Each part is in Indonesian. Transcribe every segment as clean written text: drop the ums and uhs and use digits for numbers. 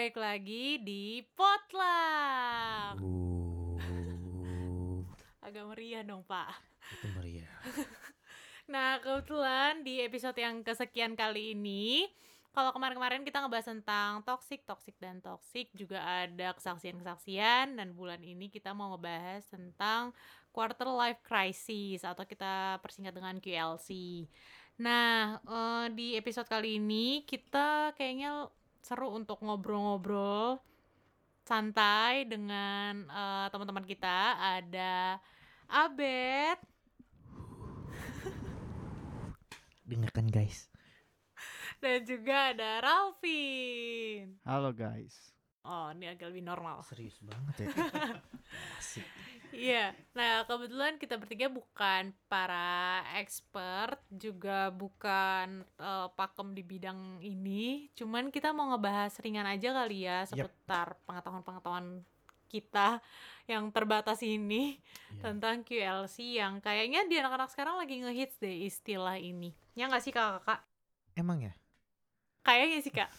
balik lagi di Potluck. Agak meriah dong, Pak. Itu meriah. Nah, kebetulan di episode yang kesekian kali ini, kalau kemarin-kemarin kita ngebahas tentang toxic dan toxic, juga ada kesaksian-kesaksian, dan bulan ini kita mau ngebahas tentang quarter life crisis atau kita persingkat dengan QLC. Nah, di episode kali ini kita kayaknya seru untuk ngobrol-ngobrol santai dengan teman-teman kita. Ada Abed, Dengarkan guys. dan juga ada Ralvin. Halo guys. Oh, ini agak lebih normal. Serius banget ya. Asik. Iya, nah kebetulan kita bertiga bukan para expert, juga bukan pakem di bidang ini. Cuman kita mau ngebahas ringan aja kali ya seputar pengetahuan-pengetahuan kita yang terbatas ini tentang QLC yang kayaknya di anak-anak sekarang lagi ngehits deh istilah ini. Ya nggak sih kakak? Emang ya? Kayaknya sih kak.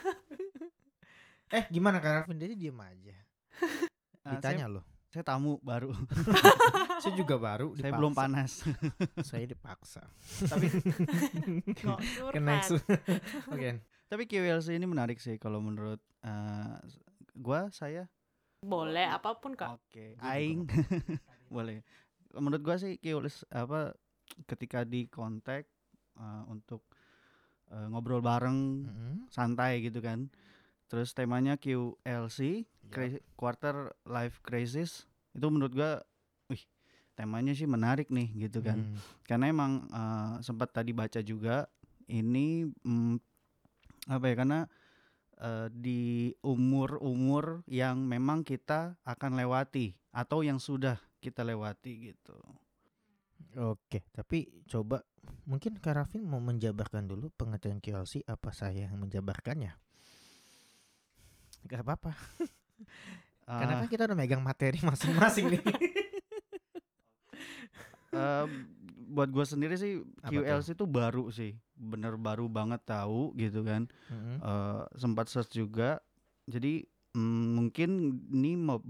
Gimana Kak Rafin? Dia diem aja. Ditanya loh. Saya tamu baru. Saya juga baru. Saya belum panas. Saya dipaksa. Tapi Kok Next. curhat? Oke. tapi QLC ini menarik sih kalau menurut saya. Boleh apapun kak. Oke. Aing boleh. Menurut gua sih QLC ketika di kontak untuk ngobrol bareng santai gitu kan. Terus temanya QLC, Quarter Life Crisis. Itu menurut gua, temanya sih menarik nih gitu kan. Karena emang sempat tadi baca juga ini karena di umur yang memang kita akan lewati atau yang sudah kita lewati gitu. Oke, tapi coba mungkin Kak Rafin mau menjabarkan dulu pengertian QLC, apa saya yang menjabarkannya? Gak apa-apa. Karena kan kita udah megang materi masing-masing nih. Buat gue sendiri sih QLC itu baru sih, bener baru banget tahu gitu kan. Sempat search juga, jadi mungkin ini mau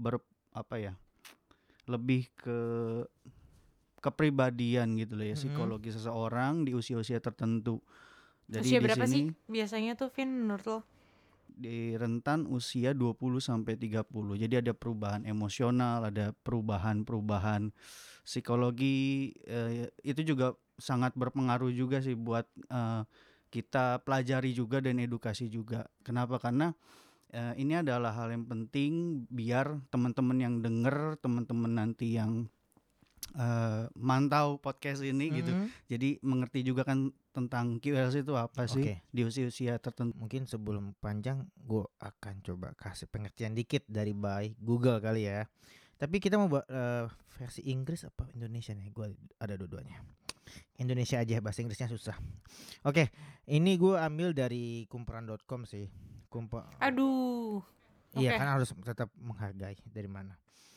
lebih ke kepribadian gitu loh ya, psikologi seseorang di usia-usia tertentu. Jadi usia di berapa sini sih biasanya tuh Vin menurut lo? Di rentan usia 20 sampai 30. Jadi ada perubahan emosional, ada perubahan psikologi, itu juga sangat berpengaruh juga sih buat kita pelajari juga dan edukasi juga. Kenapa? Karena ini adalah hal yang penting biar teman-teman yang denger, teman-teman nanti yang mantau podcast ini gitu. Jadi mengerti juga kan tentang QLC itu apa sih di usia-usia tertentu. Mungkin sebelum panjang gue akan coba kasih pengertian dikit dari by Google kali ya. Tapi kita mau versi Inggris apa Indonesia nih? Gue ada dua-duanya. Indonesia aja, bahasa Inggrisnya susah. Oke, ini gue ambil dari kumpulan.com sih. Aduh. Iya kan harus tetap menghargai dari mana.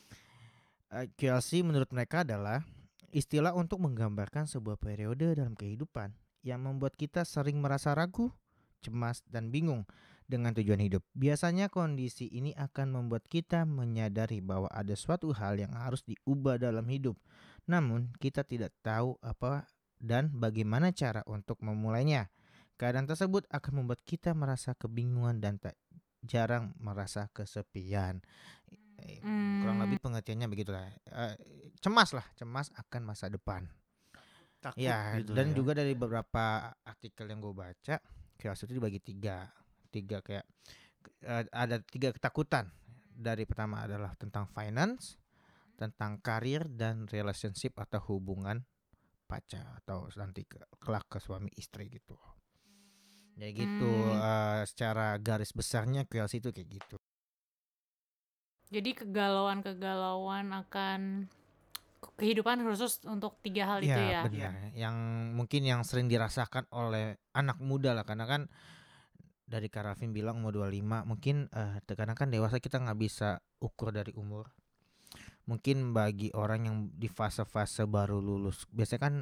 QLC menurut mereka adalah istilah untuk menggambarkan sebuah periode dalam kehidupan yang membuat kita sering merasa ragu, cemas, dan bingung dengan tujuan hidup. Biasanya kondisi ini akan membuat kita menyadari bahwa ada suatu hal yang harus diubah dalam hidup. Namun kita tidak tahu apa dan bagaimana cara untuk memulainya. Keadaan tersebut akan membuat kita merasa kebingungan dan tak jarang merasa kesepian. Kurang lebih pengertiannya begitulah. Cemas akan masa depan. Takut ya gitu dan ya. juga dari beberapa artikel yang gue baca, QLC itu dibagi tiga kayak ada 3 ketakutan. Dari pertama adalah tentang finance, tentang karir, dan relationship atau hubungan pacar atau nanti kelak ke suami istri gitu. Ya gitu. Secara garis besarnya QLC itu kayak gitu. Jadi kegalauan akan kehidupan khusus untuk 3 hal itu ya. Benar. Yang mungkin yang sering dirasakan oleh anak muda lah, karena kan dari Kak Rafin bilang umur 25, mungkin terkadang kan dewasa kita nggak bisa ukur dari umur. Mungkin bagi orang yang di fase-fase baru lulus, biasanya kan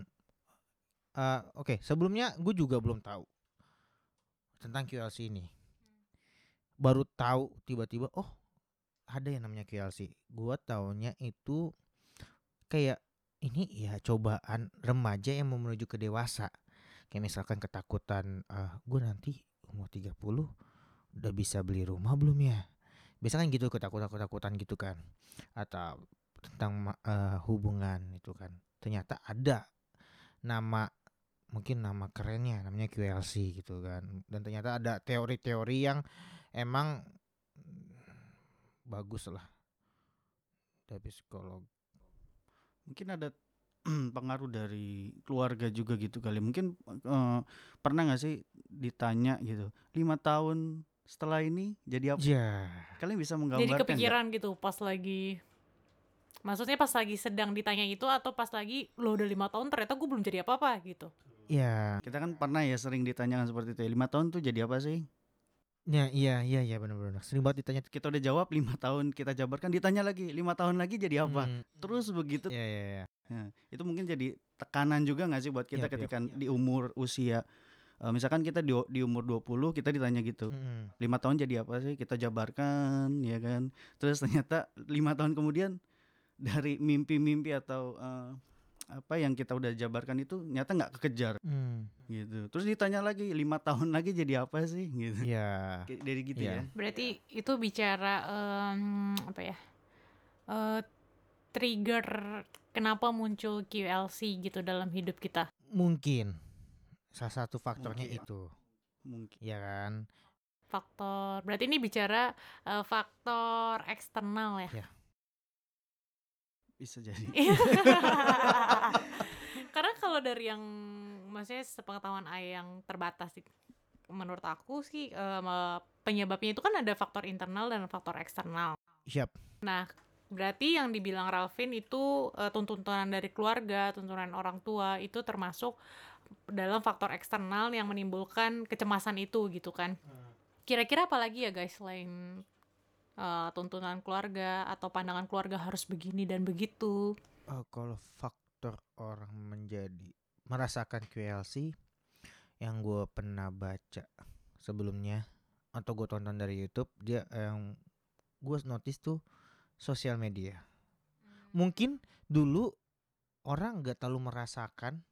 sebelumnya gue juga belum tahu tentang QLC ini. baru tahu tiba-tiba ada yang namanya QLC. Gua taunya itu kayak ini ya cobaan remaja yang mau menuju ke dewasa. Kayak misalkan ketakutan, gue nanti umur 30 udah bisa beli rumah belum ya? Biasanya kan gitu, ketakutan gitu kan. Atau tentang hubungan itu kan. Ternyata ada mungkin nama kerennya namanya QLC gitu kan. Dan ternyata ada teori-teori yang emang bagus lah dari psikolog. Mungkin ada pengaruh dari keluarga juga gitu kali. Mungkin pernah nggak sih ditanya gitu, 5 tahun setelah ini jadi apa? Ya. Kalian bisa Jadi menggambarkan nggak? kepikiran gitu pas lagi, maksudnya pas lagi sedang ditanya itu atau pas lagi lo udah 5 tahun ternyata gue belum jadi apa-apa gitu. Ya. Kita kan pernah ya sering ditanyakan seperti itu ya, 5 tahun tuh jadi apa sih? Ya, iya benar-benar. Sering banget ditanya. Kita udah jawab 5 tahun, kita jabarkan, ditanya lagi 5 tahun lagi jadi apa? Terus begitu. Iya. Nah, itu mungkin jadi tekanan juga nggak sih buat kita ketika di umur usia misalkan kita di umur 20 kita ditanya gitu. 5 tahun jadi apa sih? Kita jabarkan ya kan. Terus ternyata 5 tahun kemudian dari mimpi-mimpi atau apa yang kita udah jabarkan itu nyata nggak kekejar gitu. Terus ditanya lagi 5 tahun lagi jadi apa sih gitu. Iya. Dari gitu ya. Berarti itu bicara apa ya? Trigger kenapa muncul QLC gitu dalam hidup kita. Mungkin salah satu faktornya Mungkin. itu. Mungkin. Ya kan? Faktor. Berarti ini bicara faktor eksternal ya. Bisa jadi. Karena kalau dari yang maksudnya sepengetahuan yang terbatas menurut aku sih penyebabnya itu kan ada faktor internal dan faktor eksternal. Siap. Nah, berarti yang dibilang Ralvin itu tuntutan dari keluarga, tuntutan orang tua itu termasuk dalam faktor eksternal yang menimbulkan kecemasan itu gitu kan. Kira-kira apa lagi ya guys selain tuntunan keluarga atau pandangan keluarga harus begini dan begitu? Kalau faktor orang merasakan QLC yang gue pernah baca sebelumnya atau gue tonton dari YouTube, dia yang gue notice tuh sosial media. Mungkin dulu orang nggak terlalu merasakan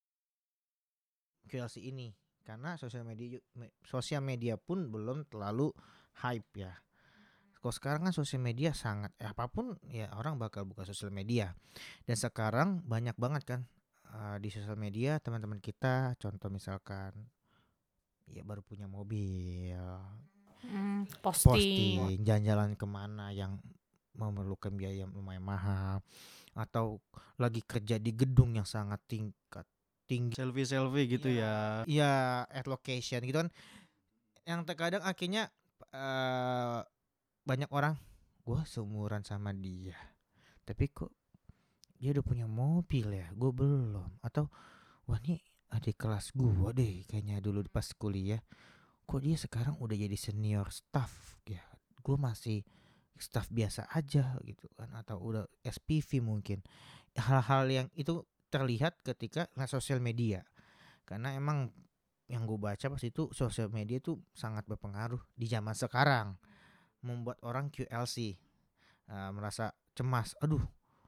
QLC ini karena sosial media pun belum terlalu hype ya. Kalau sekarang kan sosial media sangat apapun ya orang bakal buka sosial media. Dan sekarang banyak banget kan di sosial media teman-teman kita, contoh misalkan ya baru punya mobil, posting jalan-jalan kemana yang memerlukan biaya yang lumayan mahal, atau lagi kerja di gedung yang sangat tinggi, selfie gitu ya. Iya, at location gitu kan, yang terkadang akhirnya banyak orang, gue seumuran sama dia tapi kok dia udah punya mobil ya, gue belum. Atau wah nih adik kelas gue deh kayaknya dulu pas kuliah, kok dia sekarang udah jadi senior staff ya, gue masih staff biasa aja gitu kan. Atau udah SPV mungkin. Hal-hal yang itu terlihat ketika sosial media. Karena emang yang gue baca pas itu sosial media itu sangat berpengaruh di zaman sekarang, membuat orang QLC, merasa cemas. Aduh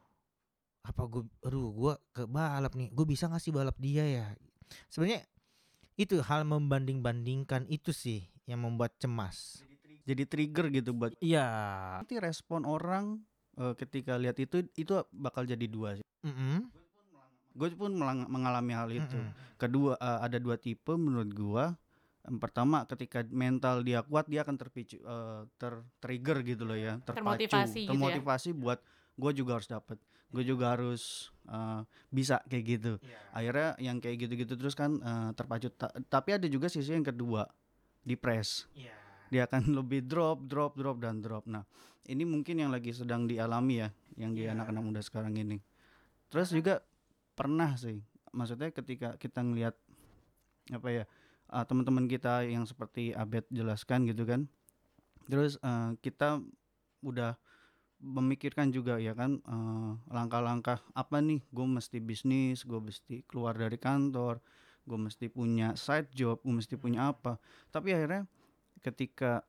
gue ke balap nih, gue bisa gak sih balap dia ya. Sebenarnya itu hal membanding-bandingkan itu sih yang membuat cemas. Jadi trigger gitu buat. Iya. Nanti respon orang ketika lihat itu bakal jadi dua sih. Gue pun mengalami hal itu. Kedua ada dua tipe menurut gue. Yang pertama ketika mental dia kuat dia akan terpicu, tertrigger gitu loh ya, termotivasi gitu ya? buat gue juga harus dapat, gue juga harus bisa kayak gitu. Akhirnya yang kayak gitu-gitu terus kan terpacu. Tapi ada juga sisi yang kedua, depres. Dia akan lebih drop. Nah ini mungkin yang lagi sedang dialami ya, yang di anak-anak muda sekarang ini. Terus juga pernah sih, maksudnya ketika kita ngelihat apa ya, teman-teman kita yang seperti Abed jelaskan gitu kan. Terus kita udah memikirkan juga ya kan, langkah-langkah apa nih, gue mesti bisnis, gue mesti keluar dari kantor, gue mesti punya side job, gue mesti punya apa. Tapi akhirnya ketika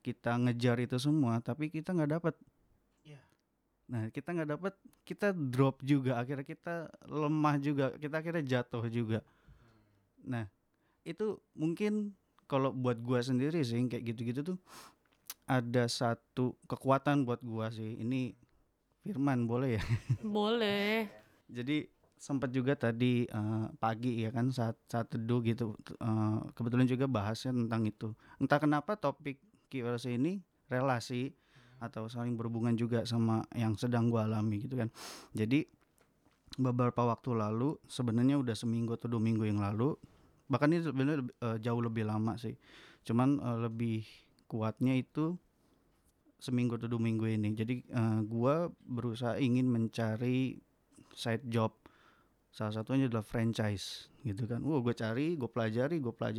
kita ngejar itu semua tapi kita nggak dapat. Iya. Nah kita nggak dapat, kita drop juga, akhirnya kita lemah juga, kita akhirnya jatuh juga. Nah itu mungkin kalau buat gua sendiri sih kayak gitu-gitu tuh ada satu kekuatan buat gua sih. Ini Firman boleh ya? Boleh. Jadi sempat juga tadi pagi ya kan saat teduh gitu, kebetulan juga bahasnya tentang itu. Entah kenapa topik QLC ini relasi atau saling berhubungan juga sama yang sedang gua alami gitu kan. Jadi beberapa waktu lalu, sebenarnya udah seminggu atau 2 minggu yang lalu, bahkan ini sebenarnya jauh lebih lama sih. Cuman lebih kuatnya itu seminggu atau 2 minggu ini. Jadi gua berusaha ingin mencari side job. Salah satunya adalah franchise gitu kan. Gue cari, gue pelajari,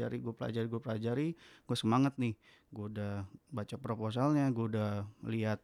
gue semangat nih. Gue udah baca proposalnya, gue udah lihat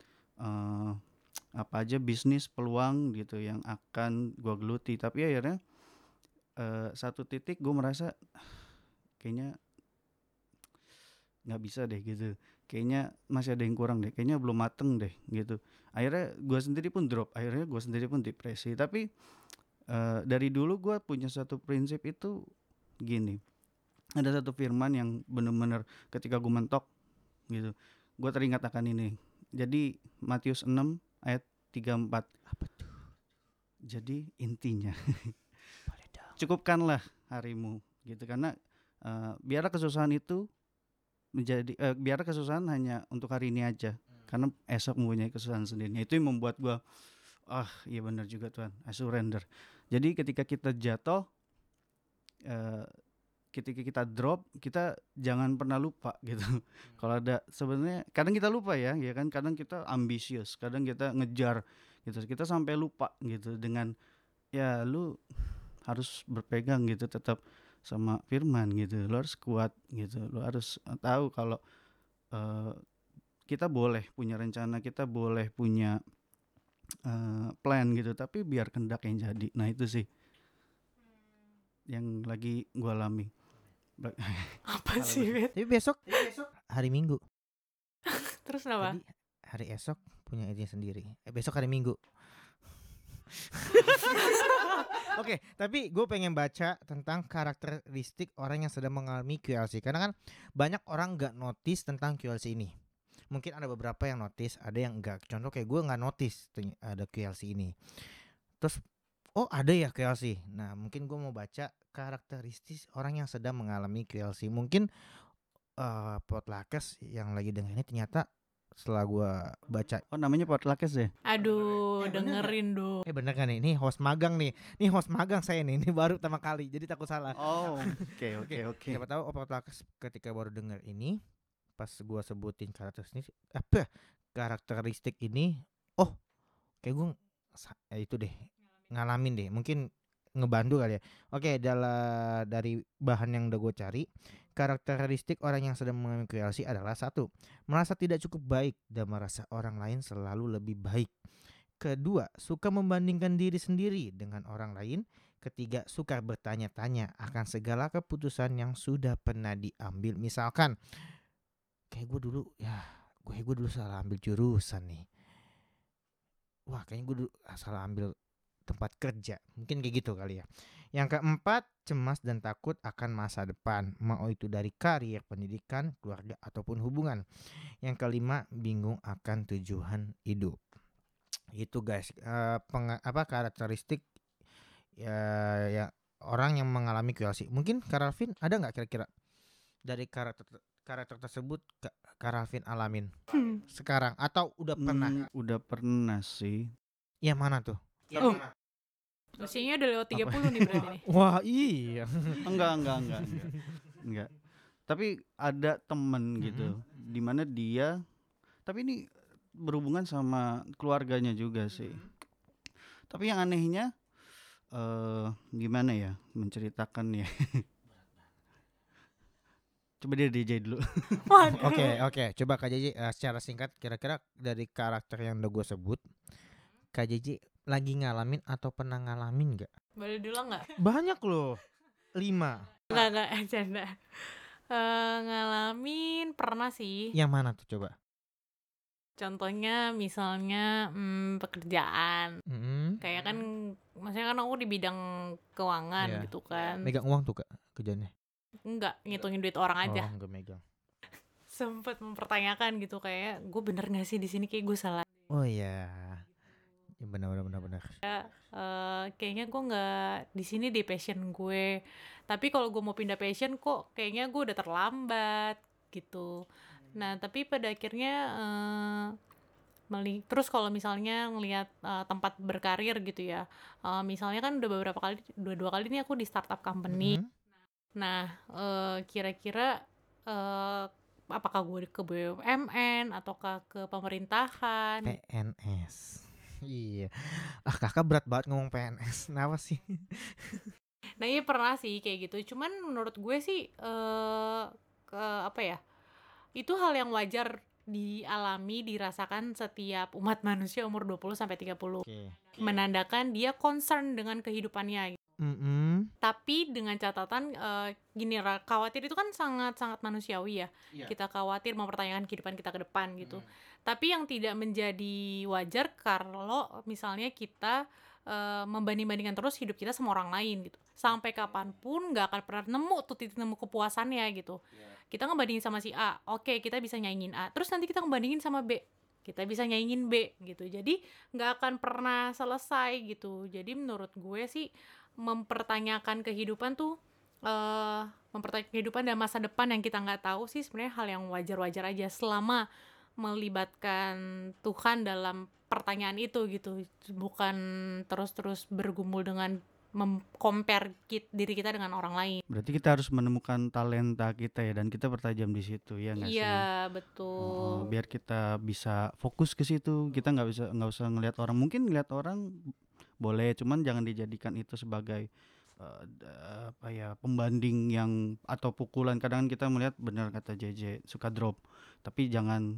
apa aja bisnis peluang gitu yang akan gue geluti. Tapi akhirnya satu titik gue merasa kayaknya nggak bisa deh gitu. Kayaknya masih ada yang kurang deh. Kayaknya belum mateng deh gitu. Akhirnya gue sendiri pun drop. Akhirnya gue sendiri pun depresi. Tapi dari dulu gue punya satu prinsip itu gini, ada satu firman yang benar-benar ketika gue mentok gitu, gue teringat akan ini. Jadi Matius 6 ayat 34. Apa tuh? Jadi intinya Boleh dong. cukupkanlah harimu gitu, karena biarlah kesusahan itu menjadi biarlah kesusahan hanya untuk hari ini aja, karena esok mempunyai kesusahan sendirinya. Itu yang membuat gue iya benar juga Tuhan, I surrender. Jadi ketika kita jatuh, ketika kita drop, kita jangan pernah lupa gitu. Kalau ada, sebenarnya kadang kita lupa ya kan, kadang kita ambisius, kadang kita ngejar gitu, kita sampai lupa gitu dengan ya lu harus berpegang gitu tetap sama firman gitu, lu harus kuat gitu, lu harus tahu kalau kita boleh punya rencana, kita boleh punya plan gitu, tapi biar kehendak yang jadi. Nah itu sih yang lagi gue alami. Apa sih, Bet? Tapi besok hari Minggu. Terus kenapa? Jadi hari esok punya ide sendiri. Besok hari Minggu. Oke, tapi gue pengen baca tentang karakteristik orang yang sedang mengalami QLC. Karena kan banyak orang nggak notice tentang QLC ini. Mungkin ada beberapa yang notice, ada yang enggak. Contoh kayak gue nggak notice ada QLC ini. Terus ada ya QLC. Nah mungkin gue mau baca karakteristik orang yang sedang mengalami QLC. Mungkin Potluckers yang lagi denger ini ternyata setelah gue baca. Oh namanya Potluckers ya? Aduh, dengerin dong. Bener kan nih? Ini host magang nih. Ini host magang saya nih. Ini baru pertama kali. Jadi takut salah. Oh oke. Siapa tahu Potluckers ketika baru denger ini, pas gue sebutin karakteristik ini, kayak gue itu deh ngalamin deh, mungkin ngebantu kali ya. Oke, dari bahan yang udah gue cari, karakteristik orang yang sedang mengalami QLC adalah 1, merasa tidak cukup baik dan merasa orang lain selalu lebih baik. 2, suka membandingkan diri sendiri dengan orang lain. 3, suka bertanya-tanya akan segala keputusan yang sudah pernah diambil. Misalkan kayak gue dulu salah ambil jurusan nih. Wah, kayaknya gue dulu salah ambil tempat kerja. Mungkin kayak gitu kali ya. Yang 4, cemas dan takut akan masa depan, mau itu dari karir, pendidikan, keluarga ataupun hubungan. Yang 5, bingung akan tujuan hidup. Itu guys, karakteristik ya orang yang mengalami QLC. Mungkin Karalvin ada nggak kira-kira dari karakter tersebut Karalvin alamin sekarang atau udah pernah? Udah pernah sih. Yang mana tuh? Usianya udah lewat 30 nih berarti nih. Wah iya. Enggak. Tapi ada temen gitu, dimana dia, tapi ini berhubungan sama keluarganya juga sih. Tapi yang anehnya gimana ya menceritakan ya. Coba dia DJ dulu. Oke. Coba Kak JJ secara singkat kira-kira dari karakter yang udah gue sebut, Kak JJ lagi ngalamin atau pernah ngalamin gak? Boleh dulu gak? Banyak loh. 5. Enggak, canda. Ngalamin pernah sih. Yang mana tuh coba? Contohnya misalnya pekerjaan. Kayak kan maksudnya kan aku di bidang keuangan Iya. gitu kan. Megang uang tuh Kak kerjanya? Enggak, ngitungin duit orang aja. Oh, enggak megang. Sempet mempertanyakan gitu kayak gue bener gak sih di sini, kayak gue salah. Oh iya. Ya, benar. Kayaknya gue nggak di sini di passion gue. Tapi kalau gue mau pindah passion kok kayaknya gue udah terlambat gitu. Nah tapi pada akhirnya terus kalau misalnya ngelihat tempat berkarir gitu ya, misalnya kan udah dua kali nih aku di startup company. Nah kira-kira apakah gue ke BUMN ataukah ke pemerintahan? PNS. Iya. Kakak berat banget ngomong PNS. Kenapa sih? Nah iya pernah sih kayak gitu. Cuman menurut gue sih apa ya, itu hal yang wajar dialami, dirasakan setiap umat manusia umur 20-30. Menandakan dia concern dengan kehidupannya. Tapi dengan catatan gini, khawatir itu kan sangat-sangat manusiawi ya. Kita khawatir mempertanyakan kehidupan kita ke depan gitu. Tapi yang tidak menjadi wajar kalau misalnya kita membanding-bandingkan terus hidup kita sama orang lain gitu. Sampai kapanpun nggak akan pernah nemu tuh titik nemu kepuasannya gitu. Kita ngebandingin sama si A, oke kita bisa nyaingin A. Terus nanti kita ngebandingin sama B, kita bisa nyaingin B gitu. Jadi nggak akan pernah selesai gitu. Jadi menurut gue sih mempertanyakan kehidupan tuh mempertanyakan kehidupan dan masa depan yang kita nggak tahu sih sebenarnya hal yang wajar-wajar aja selama melibatkan Tuhan dalam pertanyaan itu gitu, bukan terus-terus bergumul dengan compare diri kita dengan orang lain. Berarti kita harus menemukan talenta kita ya, dan kita bertajam di situ ya nggak sih? Iya betul. Biar kita bisa fokus ke situ. Kita nggak usah ngelihat orang. Mungkin ngelihat orang boleh, cuman jangan dijadikan itu sebagai pembanding yang atau pukulan. Kadang kita melihat benar kata JJ suka drop, tapi jangan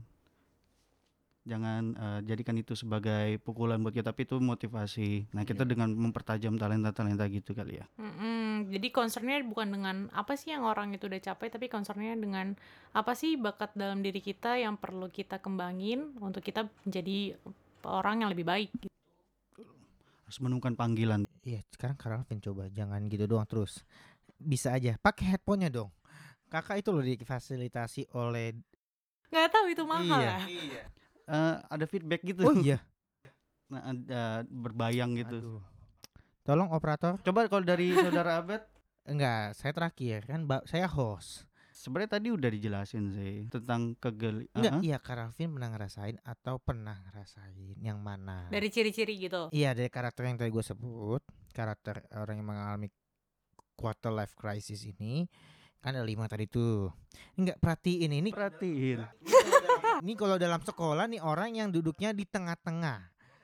jadikan itu sebagai pukulan buat kita, tapi itu motivasi. Nah kita dengan mempertajam talenta gitu kali ya. Jadi concernnya bukan dengan apa sih yang orang itu udah capai, tapi concernnya dengan apa sih bakat dalam diri kita yang perlu kita kembangin untuk kita menjadi orang yang lebih baik gitu. Harus menemukan panggilan. Iya, sekarang Kak Ralvin coba jangan gitu doang terus. Bisa aja pakai headphone-nya dong. Kakak itu loh difasilitasi oleh. Nggak tahu itu mahal ya. Ada feedback gitu. Oh iya. Nah, ada berbayang gitu. Aduh. Tolong operator. Coba kalau dari saudara Abed. Enggak, saya terakhir kan, saya host. Sebenarnya tadi udah dijelasin sih tentang Enggak, iya Kak Ralvin pernah ngerasain atau pernah ngerasain yang mana? Dari ciri-ciri gitu. Iya, dari karakter yang tadi gue sebut, karakter orang yang mengalami quarter life crisis ini. Kan ada 5 tadi tuh. Enggak, perhatiin. Ini kalau dalam sekolah nih orang yang duduknya di tengah-tengah.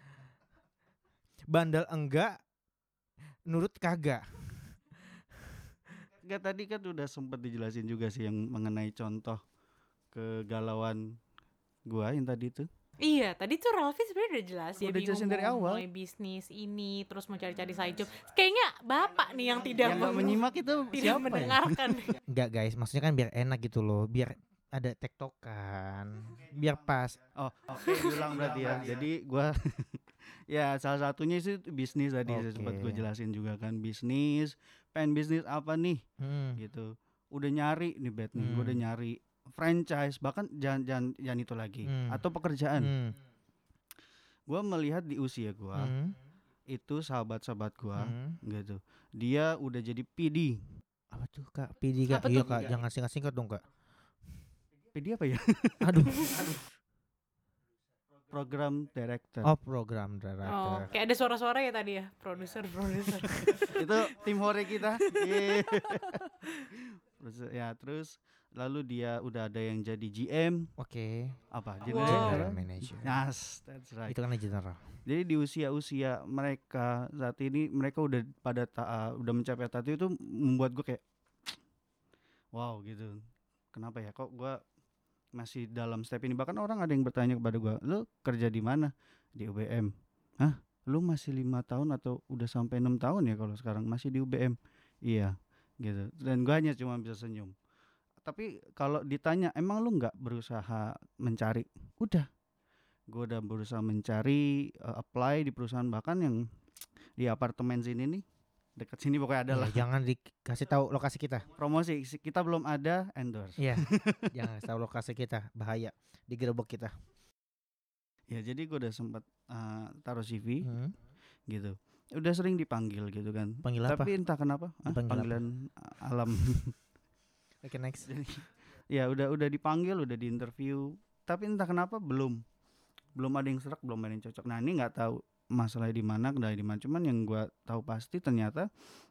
Bandel enggak, nurut kagak. Enggak, tadi kan udah sempat dijelasin juga sih yang mengenai contoh kegalauan gua yang tadi itu. Iya, tadi tuh Ralfi sebenarnya udah jelas ya, udah jelasin dari awal. Mulai bisnis ini, terus mau cari-cari side job. Kayaknya bapak nih yang tidak menyimak itu tidak siapa mendengarkan. Enggak guys, maksudnya kan biar enak gitu loh, biar ada tektokan, biar pas. Oke, diulang berarti ya. Jadi gua ya salah satunya sih bisnis tadi sempat gue jelasin juga kan, bisnis, pengen bisnis apa nih gitu. Udah nyari nih Bet nih, gue udah nyari franchise, bahkan jangan itu lagi atau pekerjaan. Gue melihat di usia gue itu sahabat-sahabat gue gitu, dia udah jadi PD. Apa tuh Kak? PD Kak? Iya Kak, jangan singkat-singkat dong Kak. PD apa ya? Aduh. Program director. Oh, program director. Kayak ada suara-suara ya tadi ya, produser. Itu tim hore kita. Ya, terus lalu dia udah ada yang jadi GM. Oke. Apa? General manager. Yes, that's right. Itu kan general. Jadi di usia mereka saat ini, mereka udah pada udah mencapai tahap itu, membuat gue kayak wow gitu. Kenapa ya kok gue masih dalam step ini? Bahkan orang ada yang bertanya kepada gue, "Lu kerja di mana?" "Di UBM." "Hah? Lu masih 5 tahun atau udah sampai 6 tahun ya kalau sekarang masih di UBM?" "Iya." Gitu. Dan gue hanya cuma bisa senyum. Tapi kalau ditanya emang lu nggak berusaha mencari, udah, gue udah berusaha mencari, apply di perusahaan bahkan yang di apartemen sini nih, dekat sini pokoknya ada lah. Jangan dikasih tahu lokasi kita. Promosi kita belum ada endorse. Iya. Jangan kasih tahu lokasi kita, bahaya digerebek kita. Ya jadi gue udah sempat taruh CV gitu. Udah sering dipanggil gitu kan. Panggil apa? Tapi entah kenapa panggilan alam. Oke, next. Ya udah dipanggil, udah diinterview, tapi entah kenapa belum ada yang serak, belum ada yang cocok. Nah ini nggak tahu masalahnya di mana, kendala di mana. Cuman yang gue tahu pasti ternyata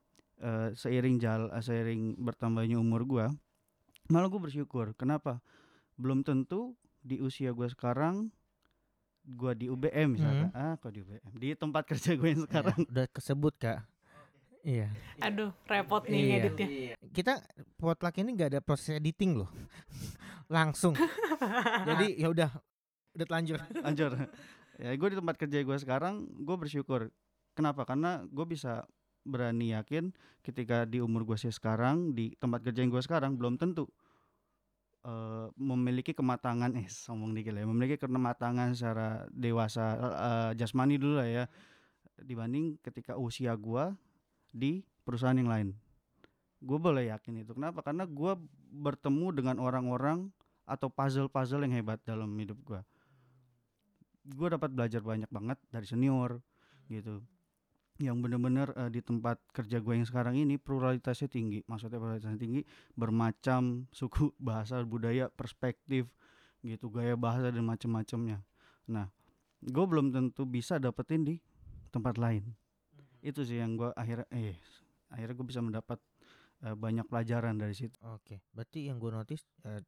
seiring bertambahnya umur gue, malah gue bersyukur. Kenapa? Belum tentu di usia gue sekarang, gue di UBM misalnya, kok di UBM, di tempat kerja gue yang sekarang. Udah kesebut Kak. Iya. Aduh, repot nih ngeditnya. Kita potluck ini nggak ada proses editing loh, langsung. Jadi ya udah telanjur. Ya gue di tempat kerja gue sekarang, gue bersyukur. Kenapa? Karena gue bisa berani yakin ketika di umur gue sekarang, di tempat kerja yang gue sekarang belum tentu memiliki kematangan, memiliki kematangan secara dewasa, jasmani dulu lah ya, dibanding ketika usia gue di perusahaan yang lain. Gue boleh yakin itu. Kenapa? Karena gue bertemu dengan orang-orang atau puzzle yang hebat dalam hidup gue. Gue dapat belajar banyak banget dari senior gitu, yang benar-benar di tempat kerja gue yang sekarang ini pluralitasnya tinggi. Maksudnya pluralitasnya tinggi, bermacam suku, bahasa, budaya, perspektif gitu, gaya bahasa dan macam-macamnya. Nah, gue belum tentu bisa dapetin di tempat lain. Itu sih yang gue akhirnya gue bisa mendapat banyak pelajaran dari situ. Oke, berarti yang gue notice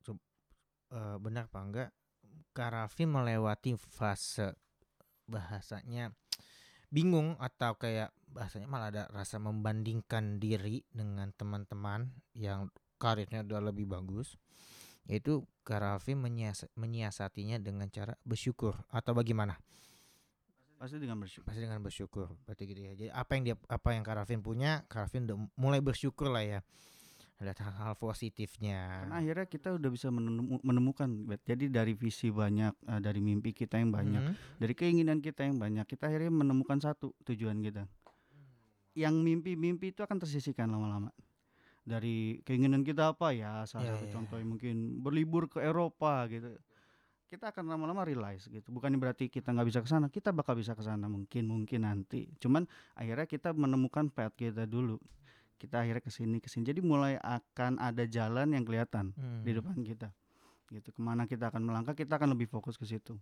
benar apa enggak, Kak Raffi melewati fase bahasanya bingung atau kayak bahasanya malah ada rasa membandingkan diri dengan teman-teman yang karirnya udah lebih bagus. Yaitu Kak Raffi menyiasatinya dengan cara bersyukur atau bagaimana? Pasti dengan bersyukur. Berarti gitu ya. Jadi apa yang Kak Raffi punya, Kak Raffi udah mulai bersyukur lah ya. Lihat hal-hal positifnya. Karena akhirnya kita udah bisa menemukan. Jadi dari visi banyak, dari mimpi kita yang banyak, dari keinginan kita yang banyak, kita akhirnya menemukan satu tujuan kita. Yang mimpi-mimpi itu akan tersisihkan lama-lama. Dari keinginan kita apa ya, salah satu contohnya mungkin berlibur ke Eropa gitu. Kita akan lama-lama realize gitu. Bukan berarti kita nggak bisa ke sana, kita bakal bisa ke sana mungkin nanti. Cuman akhirnya kita menemukan path kita dulu. Kita akhirnya kesini. Jadi mulai akan ada jalan yang kelihatan di depan kita. Gitu. Kemana kita akan melangkah, kita akan lebih fokus ke situ.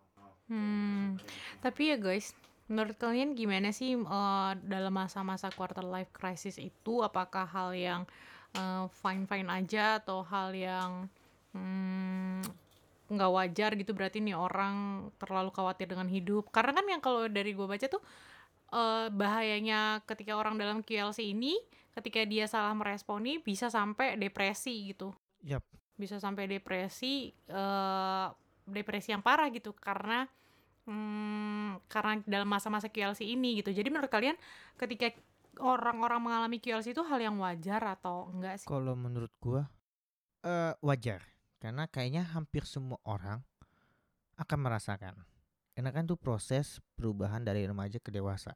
Tapi ya guys, menurut kalian gimana sih dalam masa-masa quarter life crisis itu? Apakah hal yang fine-fine aja atau hal yang nggak wajar gitu? Berarti nih orang terlalu khawatir dengan hidup. Karena kan yang kalau dari gue baca tuh bahayanya ketika orang dalam QLC ini, ketika dia salah meresponi bisa sampai depresi gitu. Yap. Bisa sampai depresi yang parah gitu karena dalam masa-masa QLC ini gitu. Jadi menurut kalian ketika orang-orang mengalami QLC itu hal yang wajar atau enggak sih? Kalau menurut gua wajar. Karena kayaknya hampir semua orang akan merasakan. Karena kan itu proses perubahan dari remaja ke dewasa.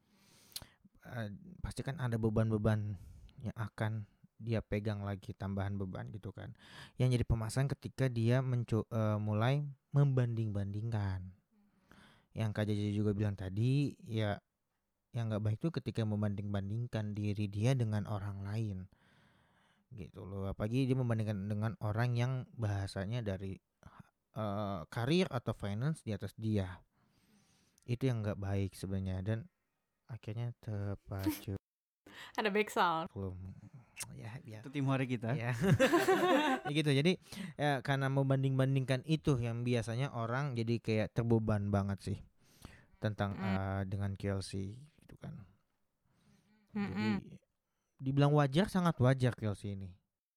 Pasti kan ada beban-beban yang akan dia pegang lagi, tambahan beban gitu kan. Yang jadi pemasan ketika dia mulai membanding-bandingkan. Yang Kak Jaja juga bilang tadi, ya yang gak baik itu ketika membanding-bandingkan diri dia dengan orang lain. Gitu loh. Apalagi dia membandingkan dengan orang yang bahasanya dari karir atau finance di atas dia. Itu yang gak baik sebenarnya. Dan akhirnya terpacu. Ada backsound. Ya. Itu tim hari kita. Ya. Ya gitu. Jadi ya karena membanding-bandingkan itu yang biasanya orang jadi kayak terbeban banget sih tentang dengan QLC gitu kan. Jadi dibilang wajar, sangat wajar QLC ini.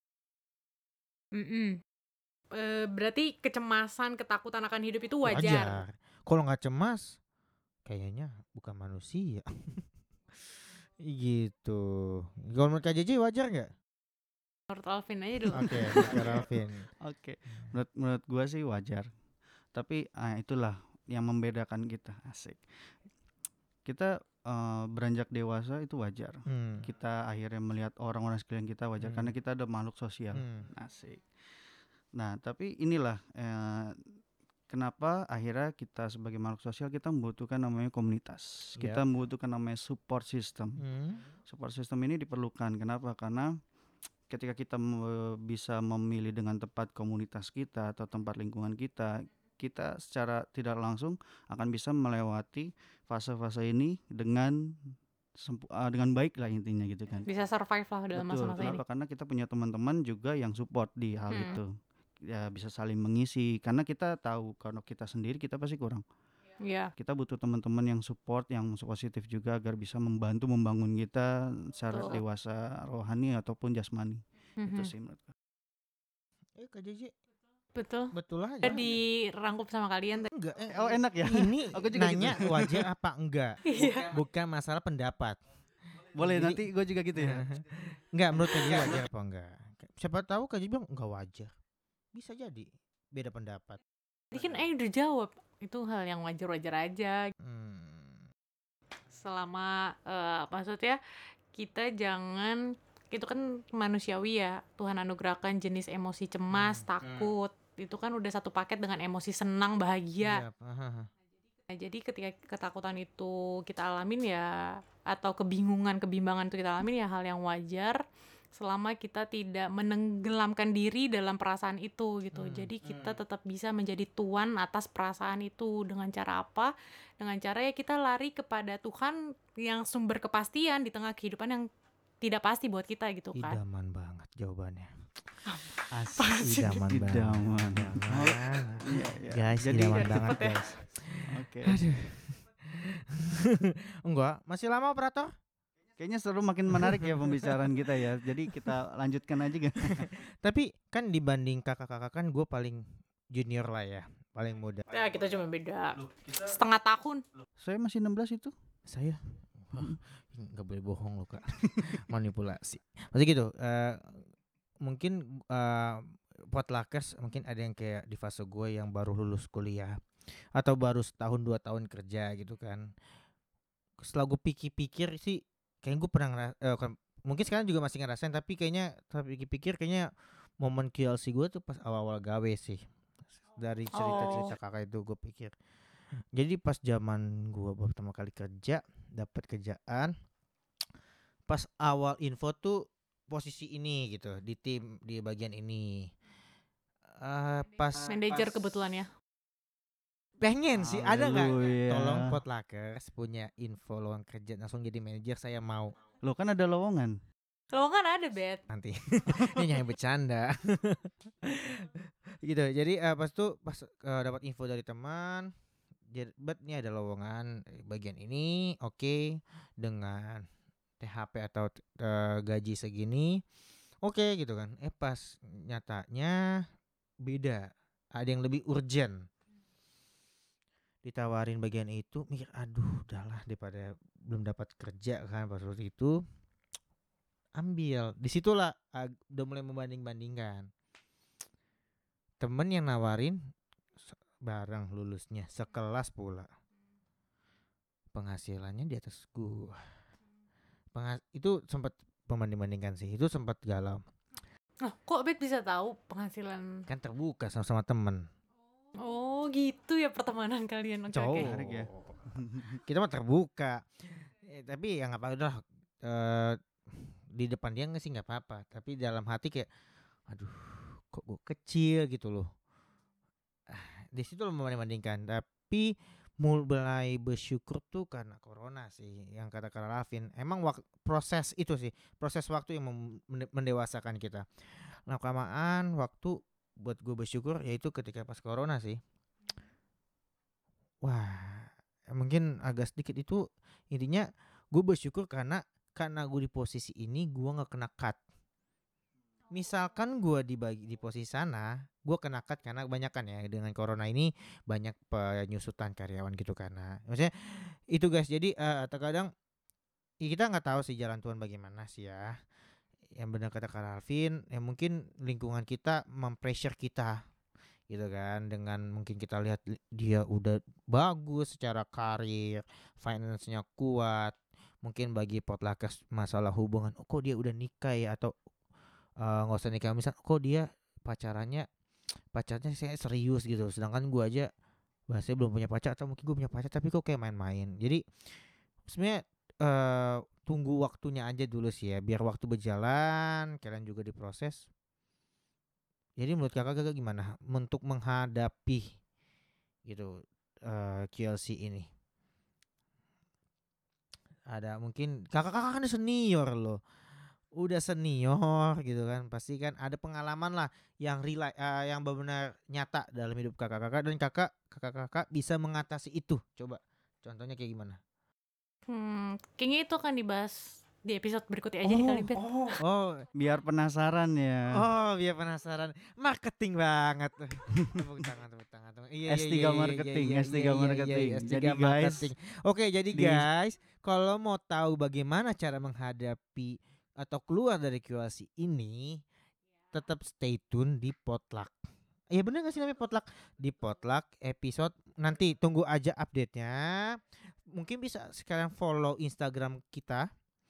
Berarti kecemasan, ketakutan akan hidup itu wajar. Kalau nggak cemas, kayaknya bukan manusia. Gitu. Kalau menurut Kak JJ wajar nggak? Menurut Alvin aja dulu. Oke, Kak Alvin. Oke, menurut gua sih wajar. Tapi itulah yang membedakan kita, asik. Kita beranjak dewasa itu wajar. Kita akhirnya melihat orang-orang sekeliling kita wajar karena kita ada makhluk sosial. Asik. Nah, tapi inilah kenapa akhirnya kita sebagai makhluk sosial kita membutuhkan namanya komunitas. Kita membutuhkan namanya support system. Support system ini diperlukan. Kenapa? Karena ketika kita bisa memilih dengan tepat komunitas kita atau tempat lingkungan kita, kita secara tidak langsung akan bisa melewati fase-fase ini dengan baik lah intinya gitu kan. Bisa survive lah dalam masa-masa ini. Kenapa? Karena kita punya teman-teman juga yang support di hal itu. Ya bisa saling mengisi karena kita tahu kalau kita sendiri kita pasti kurang. Iya. Kita butuh teman-teman yang support, yang positif juga agar bisa membantu membangun kita secara dewasa rohani ataupun jasmani. Itu sih menurutku. Kak JJ. Betul aja. dirangkup sama kalian. Enggak. Enak ya. Ini Aku juga nanya gitu. wajar apa enggak? Bukan masalah pendapat. Boleh. Jadi, nanti gue juga gitu ya. Enggak, menurut Kak JJ wajar apa enggak? Siapa tahu Kak JJ bilang enggak wajar. Bisa jadi beda pendapat. Tadi kan udah jawab. Itu hal yang wajar-wajar aja. Selama maksudnya kita jangan, itu kan manusiawi ya. Tuhan anugerahkan jenis emosi cemas, takut. Itu kan udah satu paket dengan emosi senang, bahagia. Nah, jadi ketika ketakutan itu kita alamin ya, atau kebimbangan itu kita alamin ya, hal yang wajar selama kita tidak menenggelamkan diri dalam perasaan itu gitu. Jadi kita tetap bisa menjadi tuan atas perasaan itu. Dengan cara apa? Dengan cara ya kita lari kepada Tuhan yang sumber kepastian di tengah kehidupan yang tidak pasti buat kita gitu kan. Idaman banget jawabannya. Asik. Idaman banget. Guys, Jadi idaman ya, banget cepet ya. guys. Oke. Enggak, masih lama operator? Kayaknya seru, makin menarik ya pembicaraan kita ya. Jadi kita lanjutkan aja kan. Tapi kan dibanding kakak-kakak kan gue paling junior lah ya, paling muda. Ya kita cuma beda setengah tahun. Saya masih 16 itu. Saya nggak boleh bohong loh Kak. Manipulasi. Maksudnya gitu. Mungkin potluckers mungkin ada yang kayak di fase gue yang baru lulus kuliah atau baru setahun 2 tahun kerja gitu kan. Setelah gue pikir-pikir sih, kayaknya gue pernah mungkin sekarang juga masih ngerasain, tapi pikir-pikir kayaknya momen KLC gue tuh pas awal-awal gawe sih. Dari cerita-cerita kakak itu gue pikir. Jadi pas zaman gue pertama kali kerja, dapat kerjaan, pas awal info tuh posisi ini gitu di tim di bagian ini. Pas manajer kebetulan ya. Pengen sih, ada nggak? Haleluya. Tolong potluckers punya info lowongan kerja langsung jadi manajer, saya mau. Loh kan ada lowongan. Lowongan ada, Bet. Nanti ini jangan bercanda. Gitu. Jadi pas dapat info dari teman, bet ini ada lowongan bagian ini, oke, dengan THP atau gaji segini, oke gitu kan. Pas nyatanya beda, ada yang lebih urgent. Ditawarin bagian itu, mikir aduh udahlah daripada belum dapat kerja kan pas waktu itu, ambil. Disitulah udah mulai membanding-bandingkan. Temen yang nawarin bareng lulusnya sekelas pula, penghasilannya di atas gua. Itu sempat membanding-bandingkan sih, itu sempat galau. Kok Bet bisa tahu penghasilan? Kan terbuka sama temen. Oh gitu ya pertemanan kalian. Oke. Menarik ya. Kita mah terbuka. Tapi ya nggak apa-apa udah. Di depan dia sih nggak apa-apa. Tapi dalam hati kayak, aduh, kok gue kecil gitu loh. Di situ lo membanding-bandingkan. Tapi mulai bersyukur tuh karena corona sih. Yang kata Alvin, emang proses itu sih, proses waktu yang mendewasakan kita. Nah kelamaan waktu buat gue bersyukur yaitu ketika pas corona sih. Wah, mungkin agak sedikit itu intinya gue bersyukur karena gue di posisi ini gue nggak kena cut. Misalkan gue di posisi sana, gue kena cut karena kebanyakan ya dengan corona ini banyak penyusutan karyawan gitu karena maksudnya itu guys. Jadi terkadang kita nggak tahu sih jalan Tuhan bagaimana sih ya. yang benar kata Kak Alvin, ya mungkin lingkungan kita mempressure kita gitu kan, dengan mungkin kita lihat dia udah bagus secara karir, finance-nya kuat, mungkin bagi Potluckers masalah hubungan, oh kok dia udah nikah ya, atau nggak usah nikah, misal kok dia pacarnya saya serius gitu, sedangkan gua aja bahasanya belum punya pacar, atau mungkin gue punya pacar tapi kok kayak main-main. Jadi sebenarnya tunggu waktunya aja dulu sih ya, biar waktu berjalan, kalian juga diproses. Jadi menurut kakak gimana untuk menghadapi gitu QLC ini? Ada mungkin kakak kan senior loh, udah senior gitu kan, pasti kan ada pengalaman lah yang yang benar-benar nyata dalam hidup kakak-kakak, dan kakak-kakak bisa mengatasi itu. Coba contohnya kayak gimana? Kayaknya itu kan dibahas di episode berikutnya aja nih kali, Bet. Biar penasaran ya. Biar penasaran. Marketing banget. Tepuk tangan. S3 marketing, S3 marketing. Jadi guys, oke, jadi guys, kalau mau tahu bagaimana cara menghadapi atau keluar dari QLC ini, tetap stay tune di Potluck. Iya bener gak sih namanya Potluck? Di Potluck episode nanti, tunggu aja update-nya. Mungkin bisa sekalian follow Instagram kita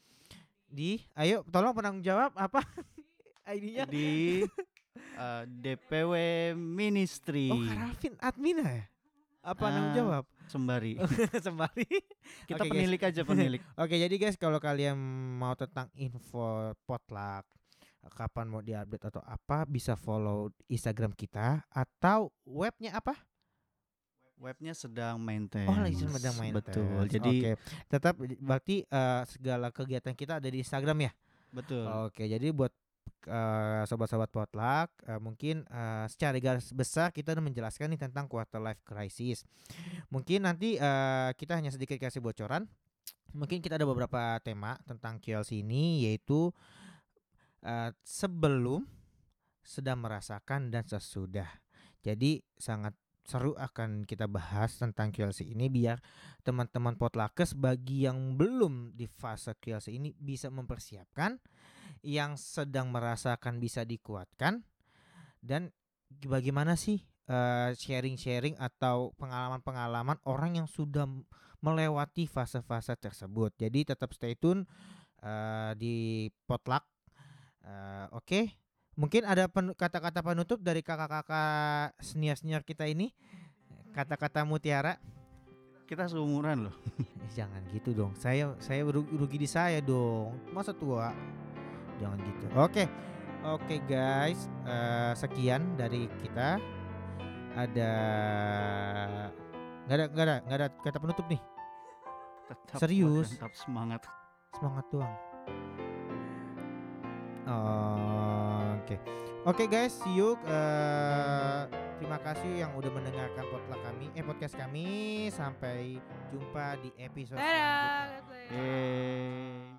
ayo tolong penanggung jawab apa ID-nya di DPW Ministry. Kak Rafin admin ya? Apa penanggung jawab? Sembari. Kita Oke, penilik guys. aja, penilik. Oke, jadi guys, kalau kalian mau tentang info Potluck, kapan mau diupdate atau apa, bisa follow Instagram kita, atau webnya apa? Webnya sedang maintenance. Lagi sedang maintenance. Betul. Jadi tetap berarti segala kegiatan kita ada di Instagram ya. Betul. Oke, jadi buat sobat-sobat Potluck, mungkin secara garis besar kita udah menjelaskan nih tentang quarter life crisis. Mungkin nanti kita hanya sedikit kasih bocoran. Mungkin kita ada beberapa tema tentang QLC ini, yaitu sebelum, sedang merasakan, dan sesudah. Jadi sangat seru akan kita bahas tentang QLC ini, biar teman-teman Potluckers bagi yang belum di fase QLC ini bisa mempersiapkan, yang sedang merasakan bisa dikuatkan, dan bagaimana sih sharing-sharing atau pengalaman-pengalaman orang yang sudah melewati fase-fase tersebut. Jadi tetap stay tune di Potluck. Oke. Mungkin ada kata-kata penutup dari kakak-kakak senior kita ini, kata-kata mutiara. Kita seumuran loh. Jangan gitu dong. Saya rugi di saya dong. Masa tua? Jangan gitu. Oke guys, sekian dari kita. Nggak ada kata penutup nih. Tetap serius. Tetap semangat doang. Oke guys, see you. Terima kasih yang udah mendengarkan podcast kami. Sampai jumpa di episode selanjutnya.